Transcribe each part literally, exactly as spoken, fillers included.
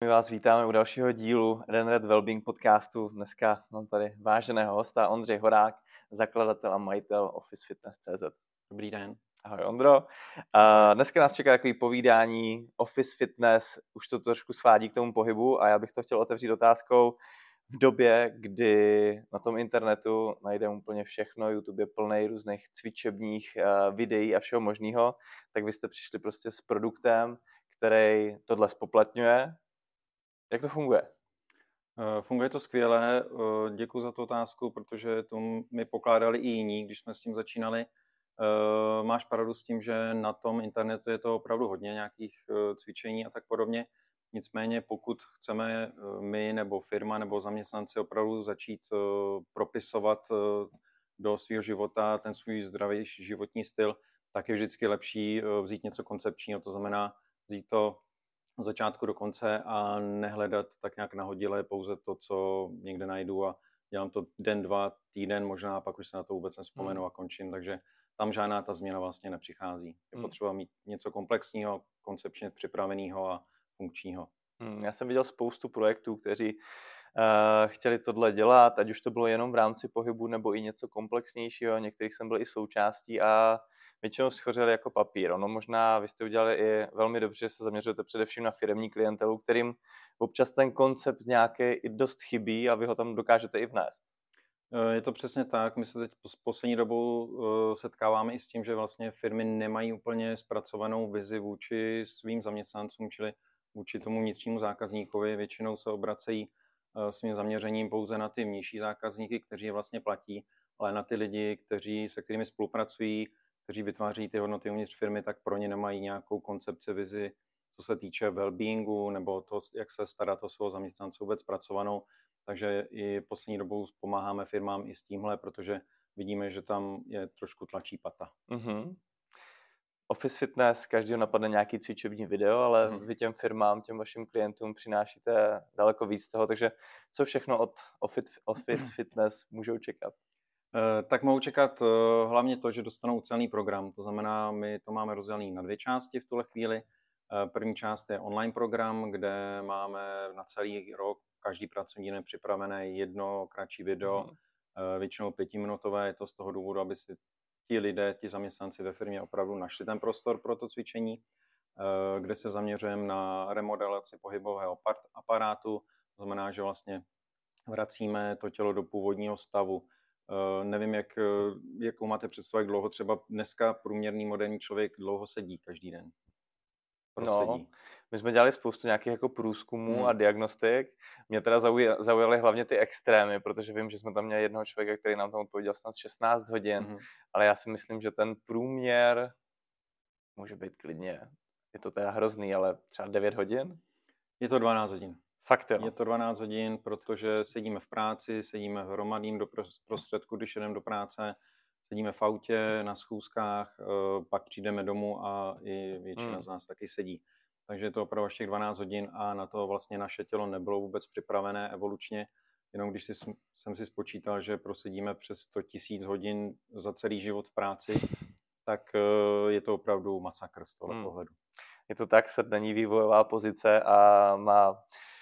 My vás vítáme u dalšího dílu Edenred Wellbeing podcastu. Dneska mám tady váženého hosta Ondřej Horák, zakladatel a majitel Office Fitness tečka cé zet. Dobrý den. Ahoj Ondro. A dneska nás čeká takový povídání Office Fitness, už to trošku svádí k tomu pohybu a já bych to chtěl otevřít otázkou. V době, kdy na tom internetu najdeme úplně všechno, YouTube je plný různých cvičebních uh, videí a všeho možného, tak vy jste přišli prostě s produktem, který tohle spoplatňuje. Jak to funguje? Funguje to skvěle, děkuji za tu otázku, protože to mi pokládali i jiní, když jsme s tím začínali. Máš pravdu s tím, že na tom internetu je to opravdu hodně nějakých cvičení a tak podobně. Nicméně pokud chceme my nebo firma nebo zaměstnanci opravdu začít propisovat do svého života ten svůj zdravý životní styl, tak je vždycky lepší vzít něco koncepčního, to znamená vzít to od začátku do konce a nehledat tak nějak nahodile pouze to, co někde najdu a dělám to den, dva, týden možná a pak už se na to vůbec nevzpomenu a končím, takže tam žádná ta změna vlastně nepřichází. Je hmm. potřeba mít něco komplexního, koncepčně připraveného a funkčního. Hmm, já jsem viděl spoustu projektů, kteří uh, chtěli tohle dělat, ať už to bylo jenom v rámci pohybu nebo i něco komplexnějšího, některých jsem byl i součástí a většinou schořeli jako papír. Ono možná vy jste udělali i velmi dobře, že se zaměřujete především na firemní klientelu, kterým občas ten koncept nějaký i dost chybí a vy ho tam dokážete i vnést. Je to přesně tak. My se teď poslední dobou setkáváme i s tím, že vlastně firmy nemají úplně zpracovanou vizi vůči svým zaměstnancům, čili vůči tomu vnitřnímu zákazníkovi. Většinou se obracejí svým zaměřením pouze na ty vnější zákazníky, kteří je vlastně platí, ale na ty lidi, kteří, se kterými spolupracují, kteří vytváří ty hodnoty uvnitř firmy, tak pro ně nemají nějakou koncepci, vizi, co se týče wellbeingu nebo to, jak se starat o svého zaměstnance vůbec zpracovanou. Takže i poslední dobou pomáháme firmám i s tímhle, protože vidíme, že tam je trošku tlačí pata. Mm-hmm. Office Fitness, každýho napadne nějaký cvičební video, ale mm. vy těm firmám, těm vašim klientům přinášíte daleko víc toho, takže co všechno od Office Fitness můžou čekat? Tak mohou čekat hlavně to, že dostanou celý program. To znamená, my to máme rozdělený na dvě části v tuhle chvíli. První část je online program, kde máme na celý rok každý pracovní den připravené jedno kratší video, mm. většinou pětiminutové. Je to z toho důvodu, aby si ti lidé, ti zaměstnanci ve firmě opravdu našli ten prostor pro to cvičení, kde se zaměřujeme na remodelaci pohybového aparátu. To znamená, že vlastně vracíme to tělo do původního stavu. Uh, nevím, jak, jakou máte představu, jak dlouho třeba dneska průměrný moderní člověk dlouho sedí každý den. No, my jsme dělali spoustu nějakých jako průzkumů hmm. a diagnostik. Mě teda zaujaly, zaujaly hlavně ty extrémy, protože vím, že jsme tam měli jednoho člověka, který nám tam odpověděl snad šestnáct hodin, hmm. ale já si myslím, že ten průměr může být klidně, je to teda hrozný, ale třeba devět hodin? Je to dvanáct hodin. Fakt jo. Je to dvanáct hodin, protože sedíme v práci, sedíme v hromadným prostředku, když jdeme do práce, sedíme v autě, na schůzkách, pak přijdeme domů a i většina hmm. z nás taky sedí. Takže je to opravdu až těch dvanáct hodin a na to vlastně naše tělo nebylo vůbec připravené evolučně. Jenom když si, jsem si spočítal, že prosedíme přes sto tisíc hodin za celý život v práci, tak je to opravdu masakr z tohle hmm. pohledu. Je to tak, srd není vývojová pozice a má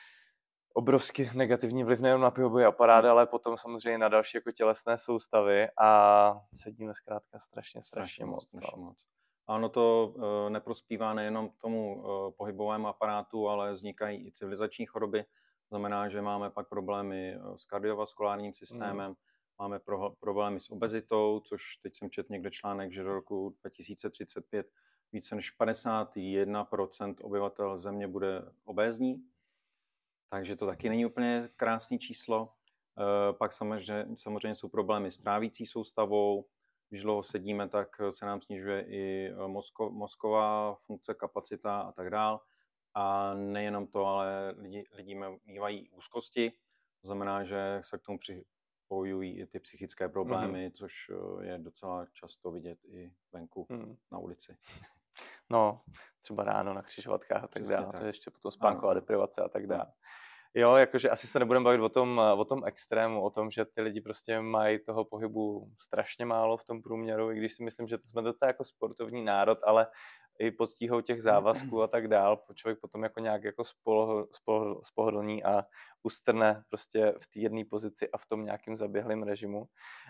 obrovský negativní vliv nejen na pohybový aparát, ale potom samozřejmě na další jako tělesné soustavy a sedíme zkrátka strašně, strašně, strašně moc. Strašně moc. A ono to e, neprospívá nejenom tomu e, pohybovému aparátu, ale vznikají i civilizační choroby. Znamená, že máme pak problémy s kardiovaskulárním systémem, mm. máme pro, problémy s obezitou, což teď jsem četl někde článek, že do roku dva tisíce třicet pět více než padesát jedna procent obyvatel země bude obézní. Takže to taky není úplně krásné číslo. E, pak samozřejmě, samozřejmě jsou problémy s trávící soustavou. Když dlouho sedíme, tak se nám snižuje i mozko, mozková funkce, kapacita a tak dál. A nejenom to, ale lidi, lidi mývají úzkosti. To znamená, že se k tomu připojují i ty psychické problémy, mm-hmm. což je docela často vidět i venku mm. na ulici. No, třeba ráno na křižovatkách a tak dále. To je ještě potom spánková deprivace a tak dále. Jo, jakože asi se nebudeme bavit o tom, o tom extrému, o tom, že ty lidi prostě mají toho pohybu strašně málo v tom průměru, i když si myslím, že to jsme docela jako sportovní národ, ale i pod tíhou těch závazků a tak dál, člověk potom jako nějak jako spolo, spolo, spohodlní a ustrne prostě v té jedné pozici a v tom nějakým zaběhlým režimu.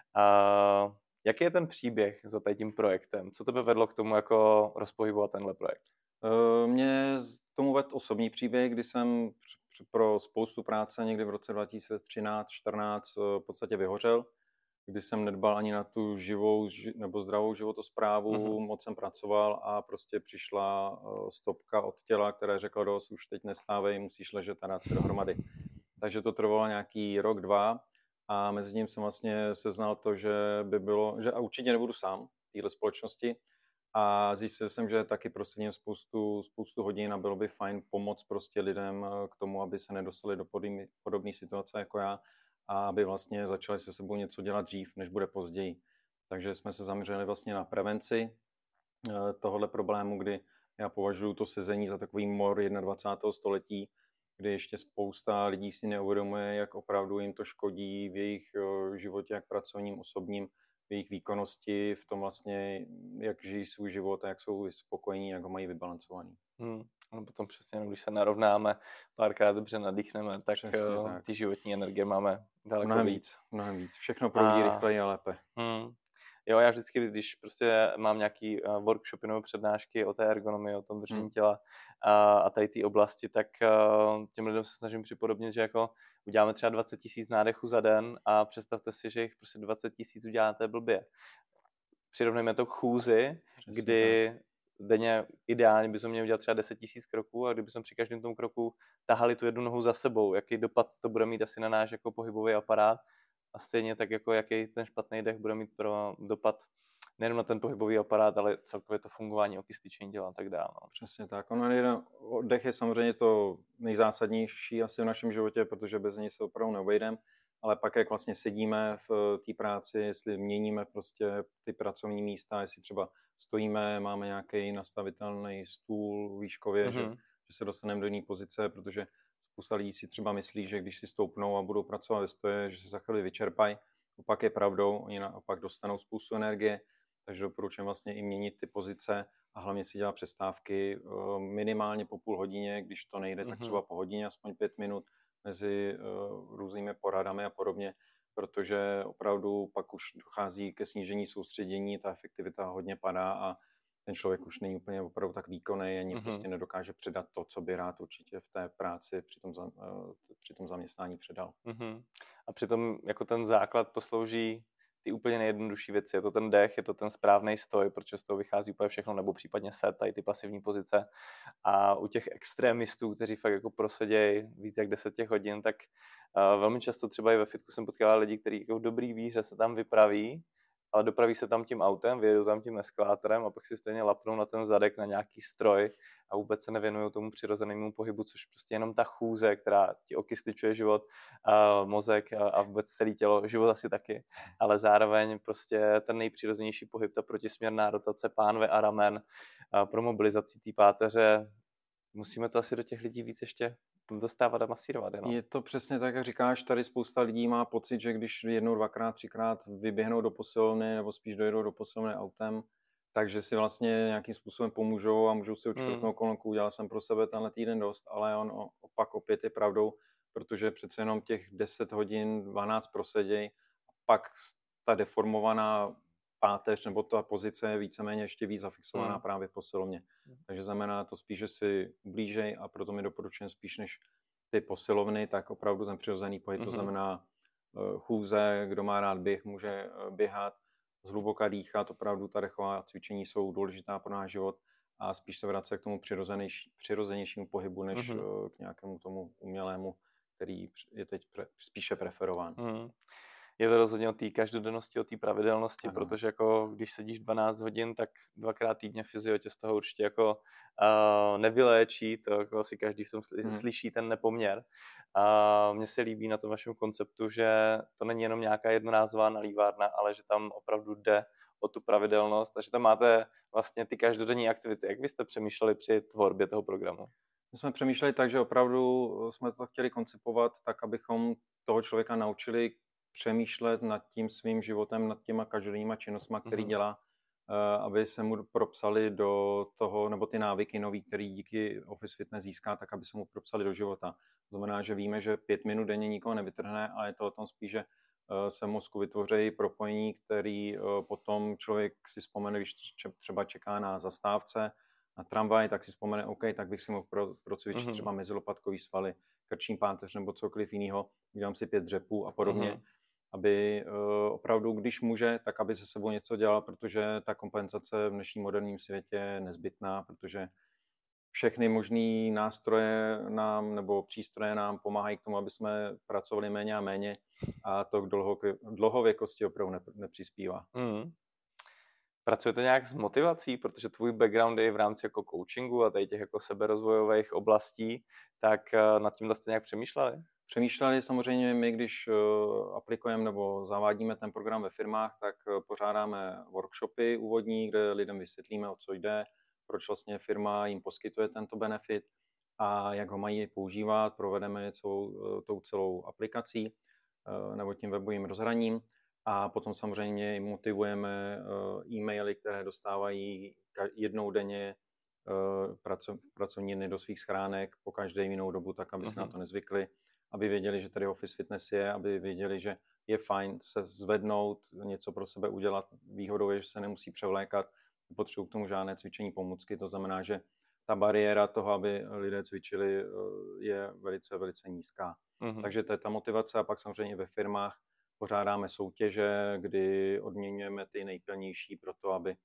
A jaký je ten příběh za tím projektem? Co tebe vedlo k tomu jako rozpohybovat tenhle projekt? Mě k tomu vedl osobní příběh, kdy jsem pro spoustu práce někdy v roce dva tisíce třináct čtrnáct v podstatě vyhořel, kdy jsem nedbal ani na tu živou nebo zdravou životosprávu, mm-hmm. moc jsem pracoval a prostě přišla stopka od těla, které řeklo dost, už teď nestávej, musíš ležet a dát se dohromady. Takže to trvalo nějaký rok, dva a mezi tím jsem vlastně seznal to, že by bylo, že a určitě nebudu sám v této společnosti. A zjistil jsem, že taky prosadím spoustu, spoustu hodin a bylo by fajn pomoct prostě lidem k tomu, aby se nedostali do podobné situace jako já a aby vlastně začali se sebou něco dělat dřív, než bude později. Takže jsme se zaměřili vlastně na prevenci tohohle problému, kdy já považuji to sezení za takový mor dvacátého prvního století, kdy ještě spousta lidí si neuvědomuje, jak opravdu jim to škodí v jejich životě, jak pracovním, osobním, v jejich výkonnosti, v tom vlastně, jak žijí svůj život a jak jsou spokojení, jak ho mají vybalancovaný. Hmm. No potom přesně, když se narovnáme, párkrát dobře nadýchneme, tak, tak ty životní energie máme daleko mnohem víc. víc. Mnohem víc. Všechno proudí a... rychleji a lépe. Hmm. Jo, já vždycky, když prostě mám nějaký workshopy nebo přednášky o té ergonomii, o tom držení hmm. těla a, a tady té oblasti, tak uh, těm lidem se snažím připodobnit, že jako uděláme třeba dvacet tisíc nádechů za den a představte si, že jich prostě dvacet tisíc uděláte blbě. Přirovnejme to k chůzi, Přesně kdy tak. denně ideálně bychom měli udělat třeba deset tisíc kroků a kdybychom při každém tom kroku tahali tu jednu nohu za sebou, jaký dopad to bude mít asi na náš jako pohybový aparát. A stejně tak, jako jaký ten špatný dech bude mít pro dopad nejen na ten pohybový aparát, ale celkově to fungování okystičení těla a tak dále. No. Přesně tak. Ono jeden, dech je samozřejmě to nejzásadnější asi v našem životě, protože bez něj se opravdu neobejdeme, ale pak, jak vlastně sedíme v té práci, jestli měníme prostě ty pracovní místa, jestli třeba stojíme, máme nějaký nastavitelný stůl výškově, mm-hmm. že, že se dostaneme do jiné pozice, protože spousta lidí si třeba myslí, že když si stoupnou a budou pracovat ve stoje, že se za chvíli vyčerpají. Opak je pravdou, oni naopak dostanou spoustu energie, takže doporučuji vlastně i měnit ty pozice a hlavně si dělat přestávky minimálně po půl hodině, když to nejde, mm-hmm. tak třeba po hodině, aspoň pět minut mezi uh, různými poradami a podobně, protože opravdu pak už dochází ke snížení soustředění, ta efektivita hodně padá a ten člověk už není úplně opravdu tak výkonný, ani mm-hmm. prostě nedokáže předat to, co by rád určitě v té práci při tom, uh, při tom zaměstnání předal. Mm-hmm. A přitom jako ten základ poslouží ty úplně nejjednodušší věci. Je to ten dech, je to ten správný stoj, protože z toho vychází úplně všechno, nebo případně set, tady ty pasivní pozice. A u těch extrémistů, kteří fakt jako prosedějí víc jak deset těch hodin, tak uh, velmi často třeba i ve fitku jsem potkával lidi, kteří jako v dobrý víře se tam vypraví, ale dopraví se tam tím autem, vyjedou tam tím eskalátorem a pak si stejně lapnou na ten zadek, na nějaký stroj a vůbec se nevěnují tomu přirozenému pohybu, což prostě jenom ta chůze, která ti okystičuje život, a mozek a, a vůbec celé tělo, život asi taky, ale zároveň prostě ten nejpřirozenější pohyb, ta protisměrná rotace pánve a ramen a pro mobilizaci té páteře, musíme to asi do těch lidí víc ještě dostávat a masírovat. Jenom. Je to přesně tak, jak říkáš, tady spousta lidí má pocit, že když jednou, dvakrát, třikrát vyběhnou do posilovny nebo spíš dojedou do posilovny autem, takže si vlastně nějakým způsobem pomůžou a můžou si očkrtnout hmm. kolonku, udělal jsem pro sebe tenhle týden dost, ale on opak opět je pravdou, protože přece jenom těch deset hodin, dvanáct proseděj a pak ta deformovaná páteř nebo ta pozice je víceméně ještě víc zafixovaná hmm. právě v posilovně. Hmm. Takže znamená to spíš, že si ublížej a proto mi doporučujem spíš než ty posilovny, tak opravdu ten přirozený pohyb, hmm. to znamená uh, chůze, kdo má rád běh, může uh, běhat, zhluboka dýchat, opravdu ta dechová cvičení jsou důležitá pro náš život a spíš se vracet k tomu přirozenějšímu pohybu, než hmm. uh, k nějakému tomu umělému, který je teď pre, spíše preferován. Hmm. Je to rozhodně o té každodennosti, o té pravidelnosti, ano. Protože jako když sedíš dvanáct hodin, tak dvakrát týdně fyzio tě z toho určitě jako uh, nevyléčí, to jako si každý v tom sly- hmm. slyší ten nepoměr. A uh, mně se líbí na tom vašem konceptu, že to není jenom nějaká jednorázová nalívárna, ale že tam opravdu jde o tu pravidelnost a že tam máte vlastně ty každodenní aktivity. Jak vy jste přemýšleli při tvorbě toho programu? My jsme přemýšleli tak, že opravdu jsme to chtěli koncipovat tak, abychom toho člověka naučili přemýšlet nad tím svým životem, nad těma každodenníma činnostma, který mm-hmm. dělá, aby se mu propsali do toho, nebo ty návyky nový, který díky Office Fitness získá, tak aby se mu propsali do života. To znamená, že víme, že pět minut denně nikoho nevytrhne, a je to o tom spíš, že se mozku vytvoří propojení, který potom člověk si vzpomene, když třeba čeká na zastávce, na tramvaj, tak si vzpomene, OK, tak bych si mohl pro, procvičit mm-hmm. třeba mezilopatkový svaly, krční páteř nebo cokoliv jiného, udělám si pět dřepů a podobně, mm-hmm. aby uh, opravdu, když může, tak aby se sebou něco dělal, protože ta kompenzace v dnešním moderním světě je nezbytná, protože všechny možné nástroje nám nebo přístroje nám pomáhají k tomu, aby jsme pracovali méně a méně, a to k dlouho, dlouhověkosti opravdu nepřispívá. Mm. Pracujete nějak s motivací, protože tvůj background je v rámci jako coachingu a tady těch jako seberozvojových oblastí, tak nad tím jste nějak přemýšleli? Přemýšleli samozřejmě my, když aplikujeme nebo zavádíme ten program ve firmách, tak pořádáme workshopy úvodní, kde lidem vysvětlíme, o co jde, proč vlastně firma jim poskytuje tento benefit a jak ho mají používat. Provedeme celou, tou celou aplikací nebo tím webovým rozhraním. A potom samozřejmě jim motivujeme e-maily, které dostávají jednou denně pracovní dny do svých schránek po každé jinou dobu, tak aby si uh-huh. na to nezvykli, aby věděli, že tady Office Fitness je, aby věděli, že je fajn se zvednout, něco pro sebe udělat. Výhodou je, že se nemusí převlékat, nepotřebují k tomu žádné cvičení pomůcky, to znamená, že ta bariéra toho, aby lidé cvičili, je velice, velice nízká. Uh-huh. Takže to je ta motivace, a pak samozřejmě ve firmách pořádáme soutěže, kdy odměňujeme ty nejpilnější pro to, aby,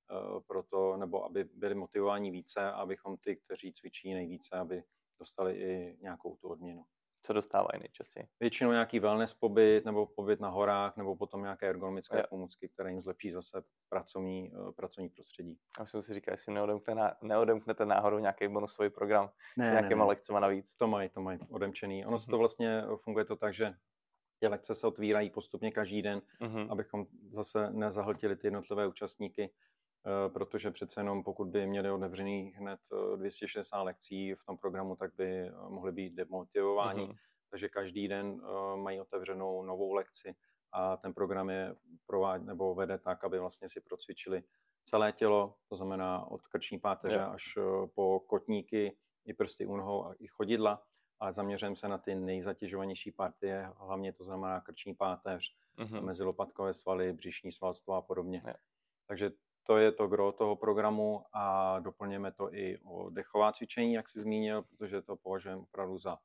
proto, nebo aby byli motivováni více, abychom ty, kteří cvičí nejvíce, aby dostali i nějakou tu odměnu. Co dostávají nejčastěji? Většinou nějaký wellness pobyt, nebo pobyt na horách, nebo potom nějaké ergonomické yeah. pomůcky, které jim zlepší zase pracovní, pracovní prostředí. A myslím si říká, jestli neodemkne na, neodemknete náhodou nějaký bonusový program ne, s nějakýma ne, ne. lekcemi navíc. To mají, to mají odemčený. Ono mm-hmm. se to vlastně funguje to tak, že ty lekce se otvírají postupně každý den, mm-hmm. abychom zase nezahltili ty jednotlivé účastníky, protože přece jenom pokud by měli otevřený hned dvě stě šedesát lekcí v tom programu, tak by mohli být demotivováni. Mm-hmm. Takže každý den mají otevřenou novou lekci a ten program je provádí nebo vede tak, aby vlastně si procvičili celé tělo, to znamená od krční páteře yeah. až po kotníky, i prsty u nohou a i chodidla. Ale zaměřujeme se na ty nejzatěžovanější partie, hlavně to znamená krční páteř, mm-hmm. mezilopatkové svaly, břišní svalstvo a podobně. Yeah. Takže to je to gro toho programu a doplněme to i o dechová cvičení, jak jsi zmínil, protože to považujeme opravdu za,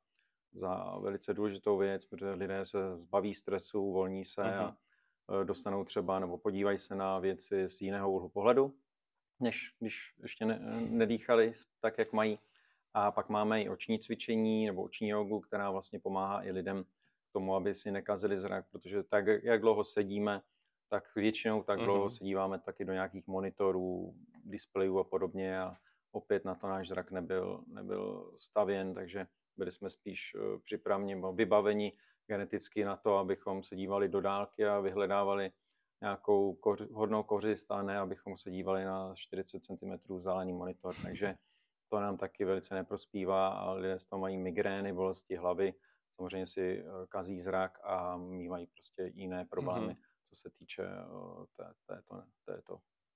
za velice důležitou věc, protože lidé se zbaví stresu, uvolní se mm-hmm. a dostanou třeba nebo podívají se na věci z jiného úhlu pohledu, než když ještě ne, nedýchali tak, jak mají. A pak máme i oční cvičení nebo oční jogu, která vlastně pomáhá i lidem k tomu, aby si nekazili zrak, protože tak, jak dlouho sedíme, tak většinou tak dlouho mm-hmm. se díváme taky do nějakých monitorů, displejů a podobně a opět na to náš zrak nebyl, nebyl stavěn, takže byli jsme spíš připraveni, vybaveni geneticky na to, abychom se dívali do dálky a vyhledávali nějakou koři, hodnou kořist, a ne abychom se dívali na čtyřicet centimetrů vzdálený monitor, takže to nám taky velice neprospívá a lidé z toho mají migrény, bolesti hlavy, samozřejmě si kazí zrak a mývají prostě jiné problémy, mm-hmm. co se týče té, této, této,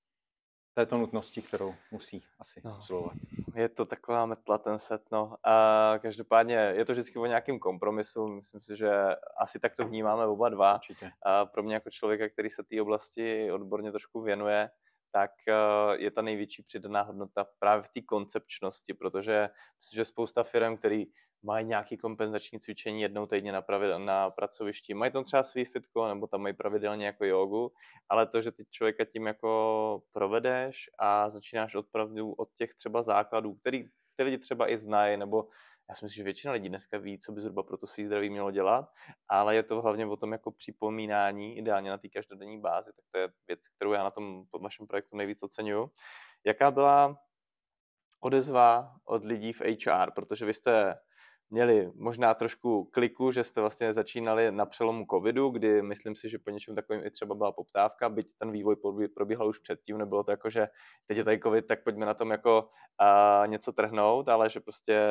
této nutnosti, kterou musí asi no. absolvovat. Je to taková metla ten set, no. A každopádně je to vždycky o nějakém kompromisu, myslím si, že asi tak to vnímáme oba dva. Určitě. A pro mě jako člověka, který se té oblasti odborně trošku věnuje, tak je ta největší přidaná hodnota právě v té koncepčnosti, protože myslím, že spousta firm, který mají nějaké kompenzační cvičení jednou týdně na, pravidel, na pracovišti, mají tam třeba svý fitko, nebo tam mají pravidelně jako jogu, ale to, že ty člověka tím jako provedeš a začínáš opravdu od těch třeba základů, který ty lidi třeba i znají, nebo já si myslím, že většina lidí dneska ví, co by zhruba pro to svý zdraví mělo dělat, ale je to hlavně o tom jako připomínání, ideálně na té každodenní bázi, tak to je věc, kterou já na tom vašem projektu nejvíc oceňuju. Jaká byla odezva od lidí v H R, protože vy jste měli možná trošku kliku, že jste vlastně začínali na přelomu covidu, kdy myslím si, že po něčem takovým i třeba byla poptávka, byť ten vývoj probíhal už předtím, nebylo to jako, že teď je tady covid, tak pojďme na tom jako uh, něco trhnout, ale že prostě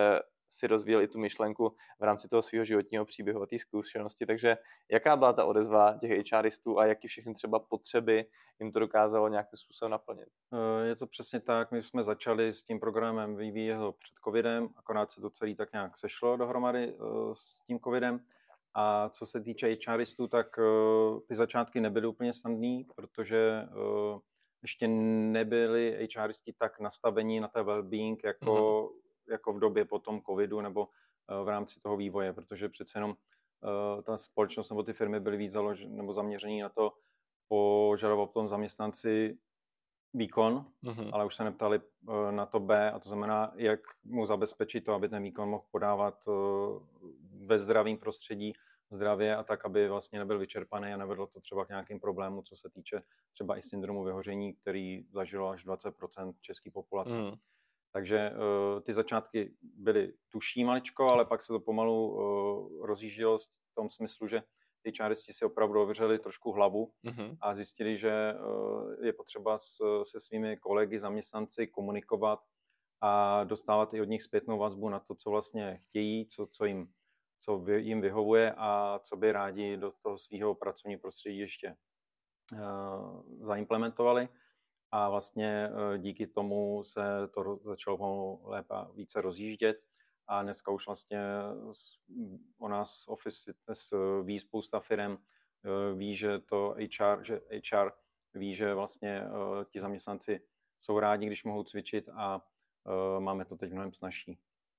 si rozvíjel i tu myšlenku v rámci toho svého životního příběhu a té zkušenosti. Takže jaká byla ta odezva těch HRistů a jaký všechny třeba potřeby jim to dokázalo nějakým způsobem naplnit? Je to přesně tak. My jsme začali s tím programem vyvíjet ho před covidem, akorát se to celý tak nějak sešlo dohromady s tím covidem. A co se týče HRistů, tak ty začátky nebyly úplně snadný, protože ještě nebyli HRisti tak nastavení na té well-being jako, mm-hmm. jako v době potom covidu nebo v rámci toho vývoje, protože přece jenom ta společnost nebo ty firmy byly víc založeny nebo zaměřený na to požadovat potom zaměstnanci výkon, mm-hmm. ale už se neptali na to B, a to znamená, jak mu zabezpečit to, aby ten výkon mohl podávat ve zdravém prostředí, zdravě a tak, aby vlastně nebyl vyčerpaný a nevedlo to třeba k nějakým problémům, co se týče třeba i syndromu vyhoření, který zažilo až dvacet procent české populace. Mm. Takže uh, ty začátky byly tuší maličko, ale pak se to pomalu uh, rozjíždělo v tom smyslu, že ty HRisti si opravdu ověřili trošku hlavu mm-hmm. a zjistili, že uh, je potřeba s, se svými kolegy, zaměstnanci komunikovat a dostávat i od nich zpětnou vazbu na to, co vlastně chtějí, co, co jim co jim vyhovuje a co by rádi do toho svého pracovního prostředí ještě uh, zaimplementovali. A vlastně uh, díky tomu se to začalo pomalu lépe a více rozjíždět. A dneska už vlastně o nás Office Fitness ví spousta firem, uh, ví, že to H R, že H R ví, že vlastně uh, ti zaměstnanci jsou rádi, když mohou cvičit a uh, máme to teď mnohem snazší.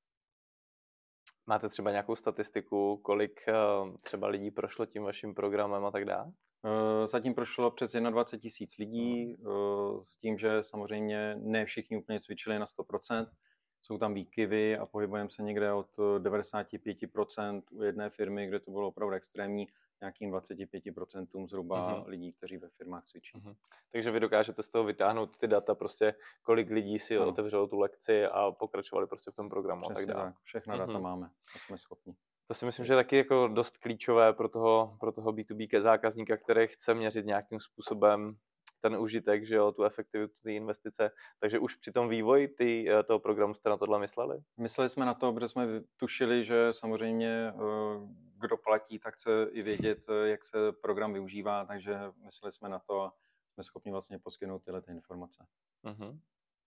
Máte třeba nějakou statistiku, kolik třeba lidí prošlo tím vaším programem a tak dále? Zatím prošlo přes dvacet jedna tisíc lidí, hmm. s tím, že samozřejmě ne všichni úplně cvičili na sto procent. Jsou tam výkyvy a pohybujeme se někde od devadesát pět procent u jedné firmy, kde to bylo opravdu extrémní, nějakým dvacet pět procent zhruba mm-hmm. lidí, kteří ve firmách cvičí. Mm-hmm. Takže vy dokážete z toho vytáhnout ty data, prostě kolik lidí si ano. otevřelo tu lekci a pokračovali prostě v tom programu. Přesně a tak dále. Tak, všechna mm-hmm. data máme a jsme schopni. To si myslím, že je taky jako dost klíčové pro toho, pro toho B dva B zákazníka, který chce měřit nějakým způsobem ten užitek, že jo, tu efektivitu té investice. Takže už při tom vývoji ty, toho programu jste na tohle mysleli? Mysleli jsme na to, protože jsme tušili, že samozřejmě kdo platí, tak chce i vědět, jak se program využívá, takže mysleli jsme na to a jsme schopni vlastně poskytnout tyhle ty informace. Uh-huh.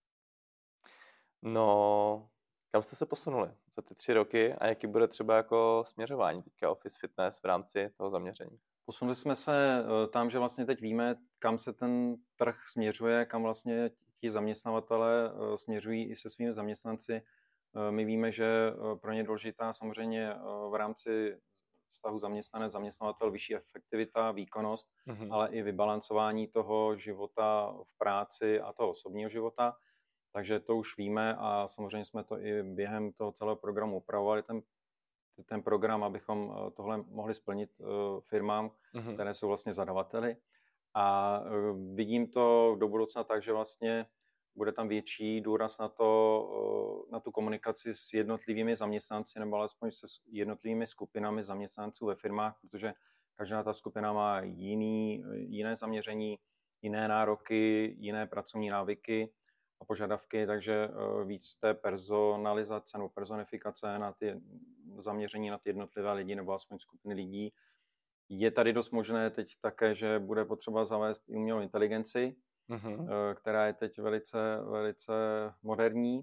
No, kam jste se posunuli za ty tři roky a jaký bude třeba jako směřování teďka Office Fitness v rámci toho zaměření? Posunuli jsme se tam, že vlastně teď víme, kam se ten trh směřuje, kam vlastně ti zaměstnavatelé směřují i se svými zaměstnanci. My víme, že pro ně je důležitá samozřejmě v rámci vztahu zaměstnanec-zaměstnavatel vyšší efektivita, výkonnost, mm-hmm. ale i vybalancování toho života v práci a toho osobního života. Takže to už víme a samozřejmě jsme to i během toho celého programu upravovali, ten, ten program, abychom tohle mohli splnit firmám, mm-hmm. které jsou vlastně zadavateli. A vidím to do budoucna tak, že vlastně bude tam větší důraz na, to, na tu komunikaci s jednotlivými zaměstnanci nebo alespoň se jednotlivými skupinami zaměstnanců ve firmách, protože každá ta skupina má jiný, jiné zaměření, jiné nároky, jiné pracovní návyky a požadavky, takže víc té personalizace nebo personifikace na ty zaměření na ty jednotlivé lidi nebo alespoň skupiny lidí. Je tady dost možné teď také, že bude potřeba zavést i umělou inteligenci, mm-hmm. která je teď velice, velice moderní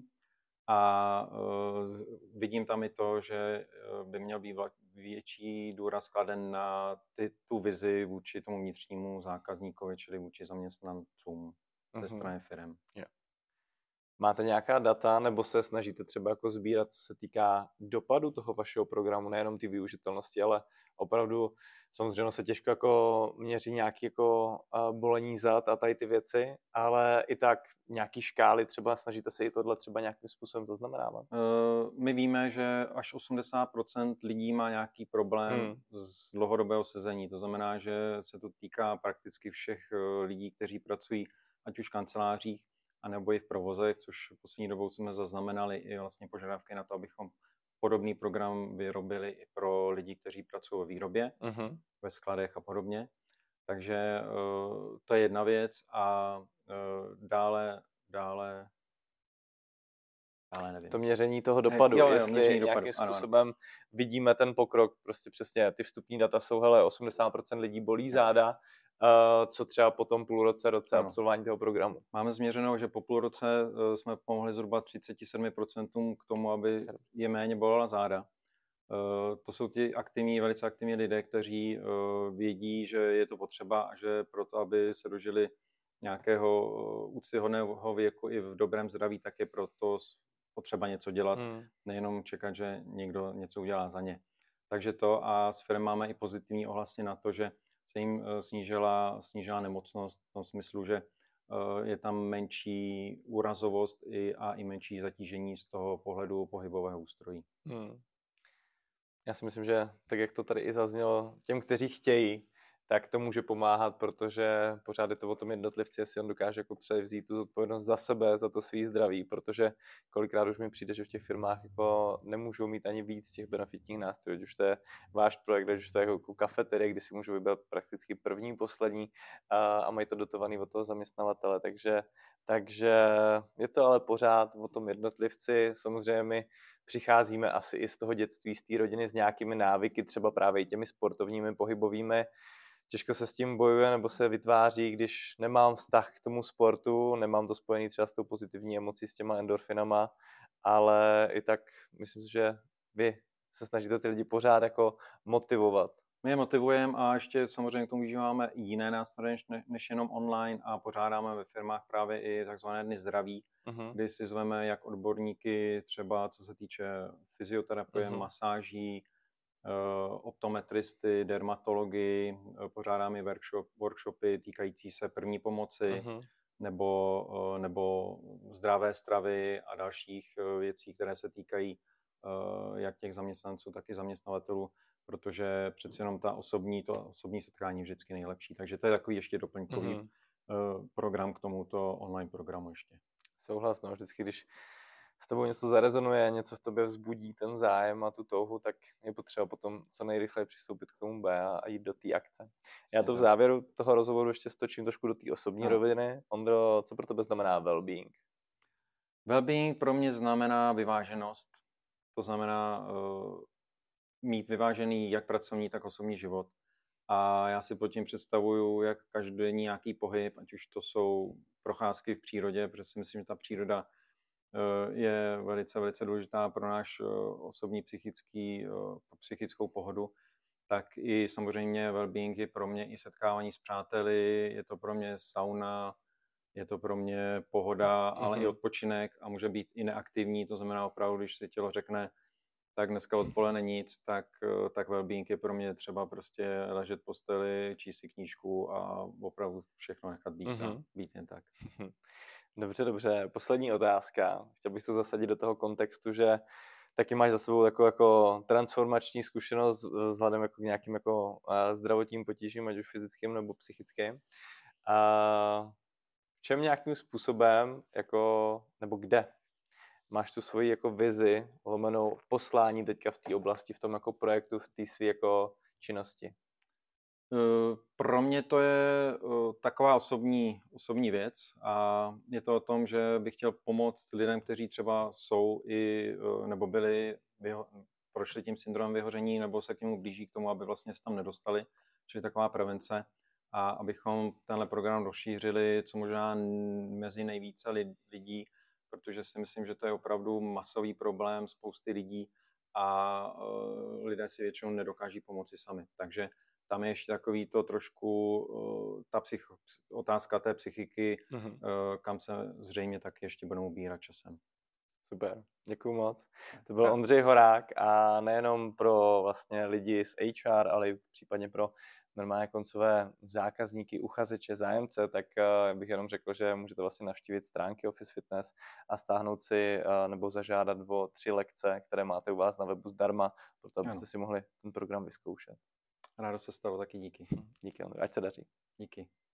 a uh, vidím tam i to, že by měl být větší důraz kladen na ty, tu vizi vůči tomu vnitřnímu zákazníkovi, čili vůči zaměstnancům mm-hmm. ze strany firem. Yeah. Máte nějaká data, nebo se snažíte třeba jako sbírat, co se týká dopadu toho vašeho programu, nejenom ty využitelnosti, ale opravdu samozřejmě se těžko jako měří nějaký jako bolení zad a tady ty věci, ale i tak nějaký škály třeba snažíte se i tohle třeba nějakým způsobem zaznamenávat? My víme, že až osmdesát procent lidí má nějaký problém hmm. z dlouhodobého sezení. To znamená, že se to týká prakticky všech lidí, kteří pracují ať už v kancelářích, a nebo i v provozech, což v poslední dobou jsme zaznamenali i vlastně požadavky na to, abychom podobný program vyrobili i pro lidi, kteří pracují ve výrobě, uh-huh. ve skladech a podobně. Takže uh, to je jedna věc a uh, dále, dále ale nevím. To měření toho dopadu, jo, jo, jestli měření nějakým dopadu. způsobem ano, ano. vidíme ten pokrok, prostě přesně ty vstupní data jsou, hele, osmdesát procent lidí bolí záda, uh, co třeba po tom půl roce, roce ano. absolvování toho programu. Máme změřeno, že po půl roce uh, jsme pomohli zhruba třicet sedm procent k tomu, aby je méně bolela záda. Uh, to jsou ti aktivní, velice aktivní lidé, kteří uh, vědí, že je to potřeba a že proto, aby se dožili nějakého uh, úctyhodného věku i v dobrém zdraví, tak je proto potřeba něco dělat, hmm. nejenom čekat, že někdo něco udělá za ně. Takže to a s firmou máme i pozitivní ohlasy na to, že se jim uh, snížila, snížila nemocnost v tom smyslu, že uh, je tam menší úrazovost i, a i menší zatížení z toho pohledu pohybového ústrojí. Hmm. Já si myslím, že tak, jak to tady i zaznělo, těm, kteří chtějí, tak to může pomáhat, protože pořád je to o tom jednotlivci, jestli on dokáže jako převzít tu zodpovědnost za sebe, za to svý zdraví, protože kolikrát už mi přijde, že v těch firmách jako nemůžou mít ani víc těch benefitních nástrojů, už to je váš projekt, už to je jako kafeterie, kdy si můžu vybrat prakticky první, poslední a, a mají to dotovaný od toho zaměstnavatele, takže, takže je to ale pořád o tom jednotlivci, samozřejmě my přicházíme asi i z toho dětství, z té rodiny s nějakými návyky, třeba právě i těmi sportovními, pohybovými. Těžko se s tím bojuje nebo se vytváří, když nemám vztah k tomu sportu, nemám to spojený třeba s tou pozitivní emocí, s těma endorfinama, ale i tak myslím si, že vy se snažíte ty lidi pořád jako motivovat. My je motivujeme a ještě samozřejmě k tomu užíváme i jiné nástroje než, než jenom online a pořádáme ve firmách právě i takzvané dny zdraví, uh-huh. kdy si zveme jak odborníky, třeba co se týče fyzioterapie, uh-huh. masáží, optometristy, dermatology, pořádáme workshop, workshopy týkající se první pomoci uh-huh. nebo, nebo zdravé stravy a dalších věcí, které se týkají jak těch zaměstnanců, tak i zaměstnavatelů, protože přeci jenom ta osobní, to osobní setkání je vždycky nejlepší. Takže to je takový ještě doplňkový uh-huh. program k tomuto online programu ještě. Souhlas, no, vždycky, když s tebou něco zarezonuje, něco v tobě vzbudí ten zájem a tu touhu, tak je potřeba potom co nejrychleji přistoupit k tomu B a jít do té akce. Já to v závěru toho rozhovoru ještě stočím trošku do té osobní no. roviny. Ondro, co pro tebe znamená well-being? Well-being pro mě znamená vyváženost. To znamená uh, mít vyvážený jak pracovní, tak osobní život. A já si pod tím představuju, jak každodenní nějaký pohyb, ať už to jsou procházky v přírodě, protože si myslím, že ta příroda je velice, velice důležitá pro náš osobní psychický, psychickou pohodu, tak i samozřejmě well-being je pro mě i setkávání s přáteli, je to pro mě sauna, je to pro mě pohoda, mm-hmm. ale i odpočinek a může být i neaktivní, to znamená opravdu, když si tělo řekne, tak dneska odpoledne nic, tak, tak well-being je pro mě třeba prostě ležet v posteli, číst si knížku a opravdu všechno nechat být, mm-hmm. být jen tak. Dobře, dobře. Poslední otázka. Chtěl bych to zasadit do toho kontextu, že taky máš za sebou takovou jako transformační zkušenost vzhledem jako k nějakým jako zdravotním potížím, ať už fyzickým nebo psychickým. A v čem nějakým způsobem, jako, nebo kde máš tu svoji jako vizi, lomenou poslání teďka v té oblasti, v tom jako projektu, v té své jako činnosti? Pro mě to je taková osobní, osobní věc a je to o tom, že bych chtěl pomoct lidem, kteří třeba jsou i, nebo byli, vyho, prošli tím syndromem vyhoření nebo se k němu blíží k tomu, aby vlastně se tam nedostali, čili taková prevence a abychom tenhle program rozšířili co možná mezi nejvíce lidí, protože si myslím, že to je opravdu masový problém spousty lidí a lidé si většinou nedokáží pomoci sami, takže tam je ještě takový to trošku uh, ta psych, otázka té psychiky, mm-hmm. uh, kam se zřejmě taky ještě budeme ubírat časem. Super, děkuju moc. To byl Ondřej Horák a nejenom pro vlastně lidi z H R, ale i případně pro normálně koncové zákazníky, uchazeče, zájemce, tak uh, bych jenom řekl, že můžete vlastně navštívit stránky Office Fitness a stáhnout si uh, nebo zažádat o tři lekce, které máte u vás na webu zdarma, proto abyste ano. si mohli ten program vyzkoušet. Rádo se stalo, taky díky. Díky, Ondro, ať se daří. Díky.